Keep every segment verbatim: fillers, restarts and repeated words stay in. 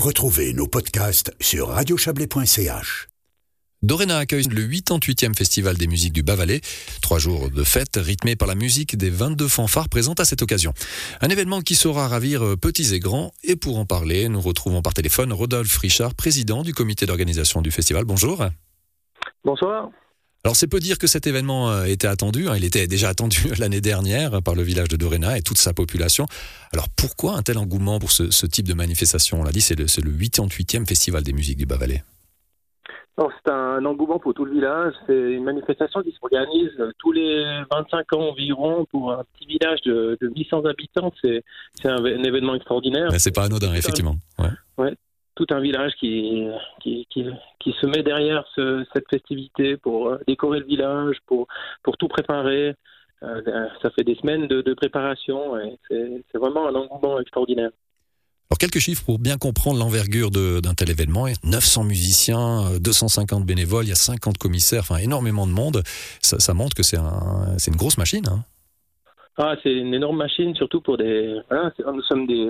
Retrouvez nos podcasts sur radio chablais point c h. Doréna accueille le quatre-vingt-huitième Festival des musiques du Bas-Valais. Trois jours de fête rythmés par la musique des vingt-deux fanfares présentes à cette occasion. Un événement qui saura ravir petits et grands. Et pour en parler, nous retrouvons par téléphone Rodolphe Richard, président du comité d'organisation du festival. Bonjour. Bonsoir. Alors c'est peu dire que cet événement était attendu. Il était déjà attendu l'année dernière par le village de Doréna et toute sa population. Alors pourquoi un tel engouement pour ce, ce type de manifestation? On l'a dit, c'est le, c'est le quatre-vingt-huitième Festival des musiques du Bas-Valais. Non, c'est un engouement pour tout le village. C'est une manifestation qui s'organise tous les vingt-cinq ans environ pour un petit village de, de huit cents habitants. C'est, c'est un, un événement extraordinaire. Mais c'est pas anodin, tout effectivement. Un, ouais. Ouais, tout un village qui, qui, qui, qui se met derrière ce, cette festivité pour décorer le village, pour, pour tout préparer. Euh, ça fait des semaines de, de préparation et c'est, c'est vraiment un engouement extraordinaire. Alors quelques chiffres pour bien comprendre l'envergure de, d'un tel événement. neuf cents musiciens, deux cent cinquante bénévoles, il y a cinquante commissaires, enfin énormément de monde. Ça, ça montre que c'est, un, c'est une grosse machine. Hein. Ah, c'est une énorme machine, surtout pour des... Voilà, c'est, nous sommes des,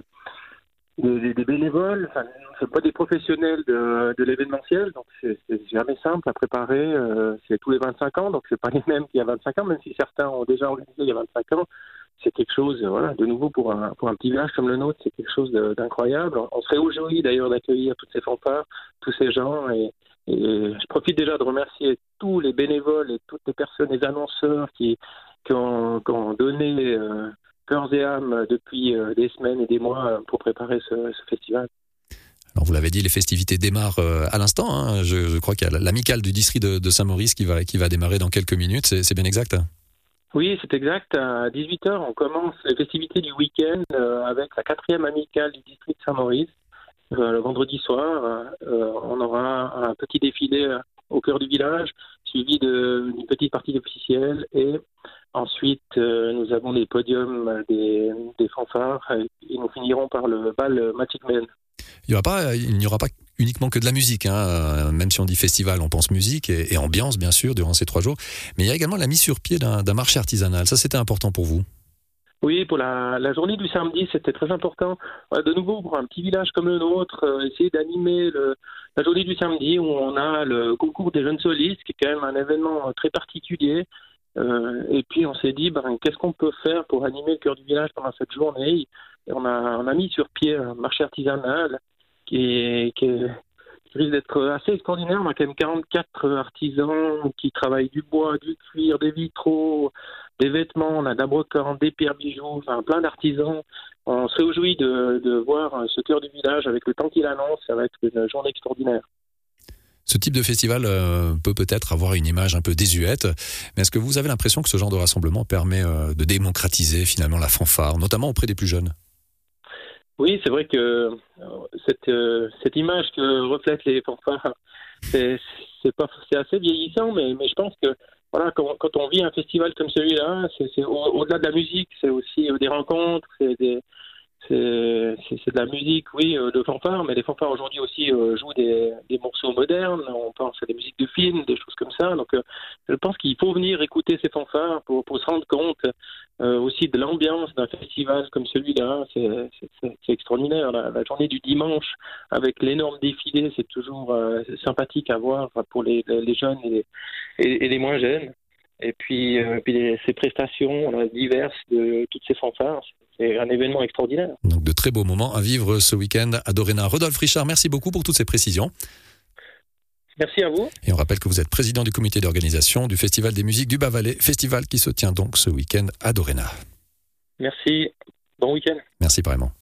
des, des bénévoles, enfin, nous ne sommes pas des professionnels de, de l'événementiel, donc c'est, c'est jamais simple à préparer. Euh, c'est tous les vingt-cinq ans, donc c'est pas les mêmes qu'il y a vingt-cinq ans, même si certains ont déjà organisé il y a vingt-cinq ans. C'est quelque chose, voilà, de nouveau pour un, pour un petit village comme le nôtre, c'est quelque chose de, d'incroyable. On serait aujourd'hui d'ailleurs d'accueillir toutes ces fanfares, tous ces gens. Et, et je profite déjà de remercier tous les bénévoles et toutes les personnes, les annonceurs qui, qui, ont, qui ont donné euh, cœurs et âme depuis euh, des semaines et des mois pour préparer ce, ce festival. Alors vous l'avez dit, les festivités démarrent euh, à l'instant. Hein. Je, je crois qu'il y a l'amicale du district de, de Saint-Maurice qui va, qui va démarrer dans quelques minutes. C'est, c'est bien exact? Oui, c'est exact. À dix-huit heures, on commence les festivités du week-end euh, avec la quatrième amicale du district de Saint-Maurice. Euh, le vendredi soir, euh, on aura un petit défilé au cœur du village, suivi de, d'une petite partie officielle. Et ensuite, euh, nous avons des podiums des, des fanfares et nous finirons par le bal Magic Man. Il n'y aura pas, il n'y aura pas uniquement que de la musique, hein. Même si on dit festival, on pense musique et, et ambiance, bien sûr, durant ces trois jours. Mais il y a également la mise sur pied d'un, d'un marché artisanal. Ça, c'était important pour vous? Oui, pour la, la journée du samedi, c'était très important. De nouveau, pour un petit village comme le nôtre, euh, essayer d'animer le, la journée du samedi où on a le concours des jeunes solistes, qui est quand même un événement très particulier. Euh, et puis, on s'est dit, ben, qu'est-ce qu'on peut faire pour animer le cœur du village pendant cette journée? Et on a, on a mis sur pied un marché artisanal qui, est, qui, est, qui risque d'être assez extraordinaire. On a quand même quarante-quatre artisans qui travaillent du bois, du cuir, des vitraux, des vêtements, on a de la brocante, des pierres bijoux, enfin plein d'artisans. On se réjouit de, de voir ce cœur du village avec le temps qu'il annonce. Ça va être une journée extraordinaire. Ce type de festival euh, peut peut-être avoir une image un peu désuète, mais est-ce que vous avez l'impression que ce genre de rassemblement permet euh, de démocratiser finalement la fanfare, notamment auprès des plus jeunes? Oui, c'est vrai que cette, euh, cette image que reflètent les fanfares, c'est, c'est, pas, c'est assez vieillissant, mais, mais je pense que voilà, quand, quand on vit un festival comme celui-là, c'est, c'est au, au-delà de la musique, c'est aussi des rencontres, c'est des... C'est, c'est, c'est de la musique, oui, euh, de fanfare, mais les fanfares aujourd'hui aussi euh, jouent des, des morceaux modernes, on pense à des musiques de films, des choses comme ça, donc euh, je pense qu'il faut venir écouter ces fanfares pour, pour se rendre compte euh, aussi de l'ambiance d'un festival comme celui-là, c'est, c'est, c'est, c'est extraordinaire, la, la journée du dimanche avec l'énorme défilé, c'est toujours euh, sympathique à voir pour les, les jeunes et les, et, et les moins jeunes. Et puis, euh, puis les, ces prestations là, diverses de toutes ces fanfares, c'est un événement extraordinaire. Donc de très beaux moments à vivre ce week-end à Doréna. Rodolphe Richard, merci beaucoup pour toutes ces précisions. Merci à vous. Et on rappelle que vous êtes président du comité d'organisation du Festival des musiques du Bas-Valais, festival qui se tient donc ce week-end à Doréna. Merci. Bon week-end. Merci vraiment.